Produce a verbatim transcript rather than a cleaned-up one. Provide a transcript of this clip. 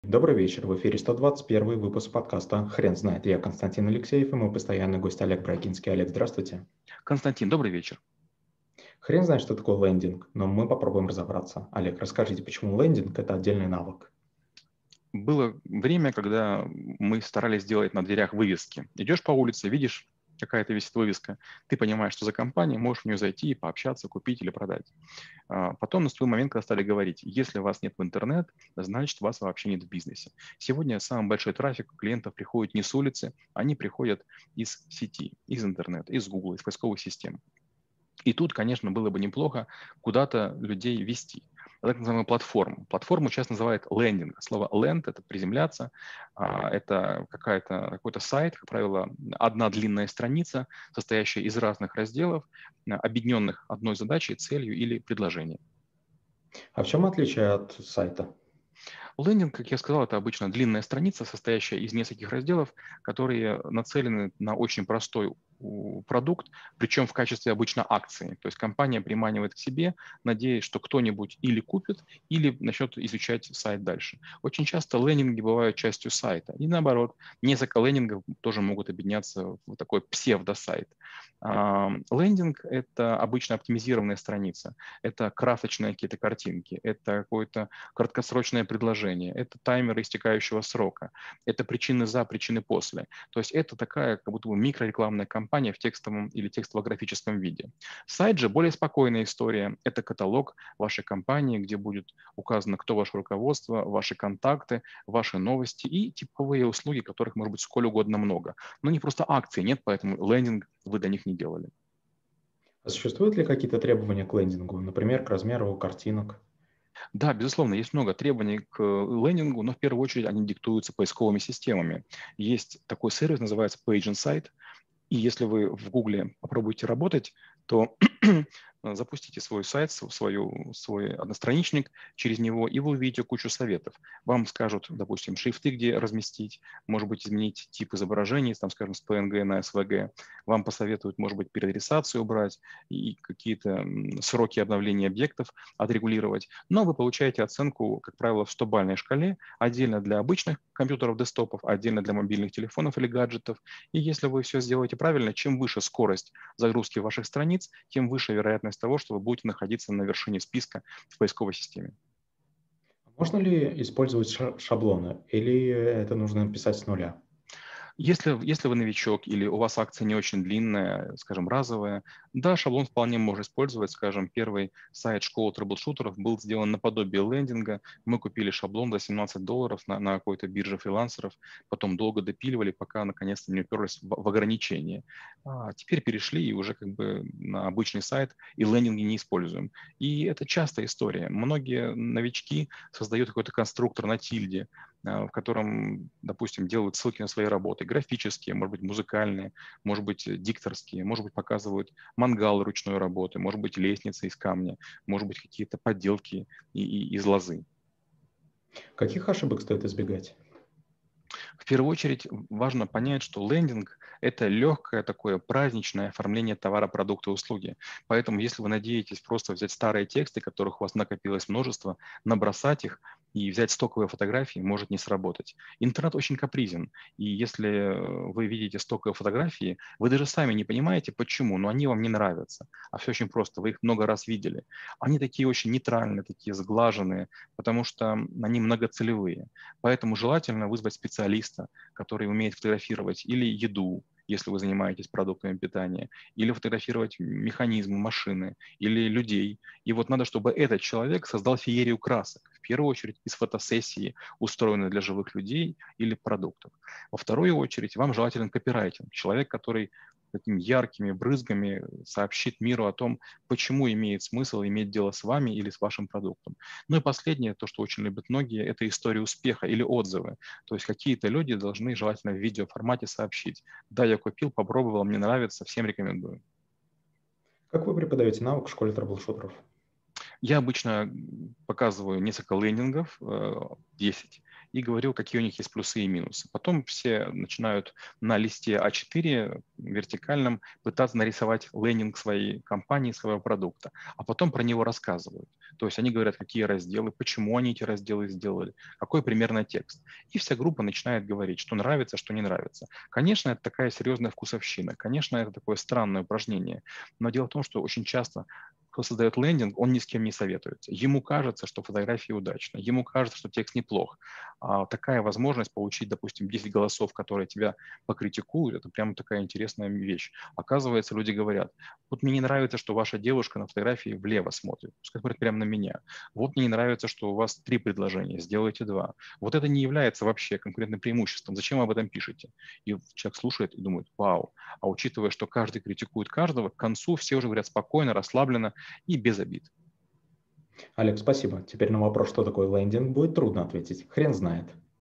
Добрый вечер. В эфире сто двадцать первый выпуск подкаста «Хрен знает». Я Константин Алексеев и мой постоянный гость Олег Брагинский. Олег, здравствуйте. Константин, добрый вечер. Хрен знает, что такое лендинг, но мы попробуем разобраться. Олег, расскажите, почему лендинг– это отдельный навык? Было время, когда мы старались делать на дверях вывески. Идешь по улице, видишь, какая-то висит вывеска, ты понимаешь, что за компания, можешь в нее зайти и пообщаться, купить или продать. А Потом наступил момент, когда стали говорить, если вас нет в интернет, значит, вас вообще нет в бизнесе. Сегодня самый большой трафик клиентов приходит не с улицы, они приходят из сети, из интернета, из Google, из поисковых систем. И тут, конечно, было бы неплохо куда-то людей вести. Так называемую платформу. Платформу сейчас называют лендинг. Слово land– это приземляться, а, это какая-то, какой-то сайт, как правило, одна длинная страница, состоящая из разных разделов, а, объединенных одной задачей, целью или предложением. А в чем отличие от сайта? Лендинг, как я сказал, это обычно длинная страница, состоящая из нескольких разделов, которые нацелены на очень простой у- продукт, причем в качестве обычно акции. То есть компания приманивает к себе, надеясь, что кто-нибудь или купит, или начнет изучать сайт дальше. Очень часто лендинги бывают частью сайта. И наоборот, несколько лендингов тоже могут объединяться в такой псевдосайт. А, Лендинг– это обычно оптимизированная страница, это красочные какие-то картинки, это какое-то краткосрочное предложение, это таймер истекающего срока, это причины за, причины после. То есть это такая как будто бы микрорекламная кампания в текстовом или текстово-графическом виде. Сайт же более спокойная история. Это каталог вашей компании, где будет указано, кто ваше руководство, ваши контакты, ваши новости и типовые услуги, которых может быть сколь угодно много. Но не просто акции нет, поэтому лендинг вы до них не делали. А существуют ли какие-то требования к лендингу, например, к размеру картинок? Да, безусловно, есть много требований к лендингу, но в первую очередь они диктуются поисковыми системами. Есть такой сервис, называется Page Insight, и если вы в Гугле попробуете работать, то запустите свой сайт, свою, свой одностраничник через него, и вы увидите кучу советов. Вам скажут, допустим, шрифты, где разместить, может быть, изменить тип изображений, там, скажем, с пэ эн гэ на эс ви джи. Вам посоветуют, может быть, переадресацию убрать и какие-то сроки обновления объектов отрегулировать. Но вы получаете оценку, как правило, в сто-бальной шкале, отдельно для обычных компьютеров, десктопов, отдельно для мобильных телефонов или гаджетов. И если вы все сделаете правильно, чем выше скорость загрузки ваших страниц, тем выше вероятность того, что вы будете находиться на вершине списка в поисковой системе. Можно ли использовать ша- шаблоны или это нужно писать с нуля? Если, если вы новичок или у вас акция не очень длинная, скажем, разовая, да, шаблон вполне можно использовать. Скажем, первый сайт школы трэблшутеров был сделан наподобие лендинга. Мы купили шаблон за семнадцать долларов на, на какой-то бирже фрилансеров, потом долго допиливали, пока наконец-то не уперлись в, в ограничения. А теперь перешли и уже как бы на обычный сайт и лендинги не используем. И это частая история. Многие новички создают какой-то конструктор на тильде, а, в котором, допустим, делают ссылки на свои работы, графические, может быть, музыкальные, может быть, дикторские, может быть, показывают мангалы ручной работы, может быть, лестницы из камня, может быть, какие-то подделки и, и, из лозы. Каких ошибок стоит избегать? В первую очередь важно понять, что лендинг– это легкое такое праздничное оформление товара, продукта, услуги. Поэтому если вы надеетесь просто взять старые тексты, которых у вас накопилось множество, набросать их и взять стоковые фотографии, может не сработать. Интернет очень капризен. И если э, вы видите стоковые фотографии, вы даже сами не понимаете, почему, но они вам не нравятся. А все очень просто, вы их много раз видели. Они такие очень нейтральные, такие сглаженные, потому что они многоцелевые. Поэтому желательно вызвать специалиста, который умеет фотографировать или еду, если вы занимаетесь продуктами питания, или фотографировать механизмы, машины, или людей. И вот надо, чтобы этот человек создал феерию красок, в первую очередь из фотосессии, устроенной для живых людей или продуктов. Во вторую очередь вам желателен копирайтинг, человек, который такими яркими брызгами сообщит миру о том, почему имеет смысл иметь дело с вами или с вашим продуктом. Ну и последнее, то, что очень любят многие, это история успеха или отзывы. То есть какие-то люди должны желательно в видеоформате сообщить: да, я купил, попробовал, мне нравится, всем рекомендую. Как вы преподаете навык в школе трэблшутеров? Я обычно показываю несколько лендингов, десять, и говорил, какие у них есть плюсы и минусы. Потом все начинают на листе а четыре вертикальном пытаться нарисовать лендинг своей компании, своего продукта, а потом про него рассказывают. То есть они говорят, какие разделы, почему они эти разделы сделали, какой примерно текст. И вся группа начинает говорить, что нравится, что не нравится. Конечно, это такая серьезная вкусовщина, конечно, это такое странное упражнение, но дело в том, что очень часто кто создает лендинг, он ни с кем не советуется. Ему кажется, что фотография удачна, ему кажется, что текст неплох. А такая возможность получить, допустим, десять голосов, которые тебя покритикуют, это прямо такая интересная вещь. Оказывается, люди говорят, вот мне не нравится, что ваша девушка на фотографии влево смотрит, пускай смотрит прямо на меня. Вот мне не нравится, что у вас три предложения, сделайте два. Вот это не является вообще конкурентным преимуществом. Зачем вы об этом пишете? И человек слушает и думает, вау. А учитывая, что каждый критикует каждого, к концу все уже говорят спокойно, расслабленно и без обид. Олег, спасибо. Теперь на вопрос, что такое лендинг, будет трудно ответить. Хрен знает.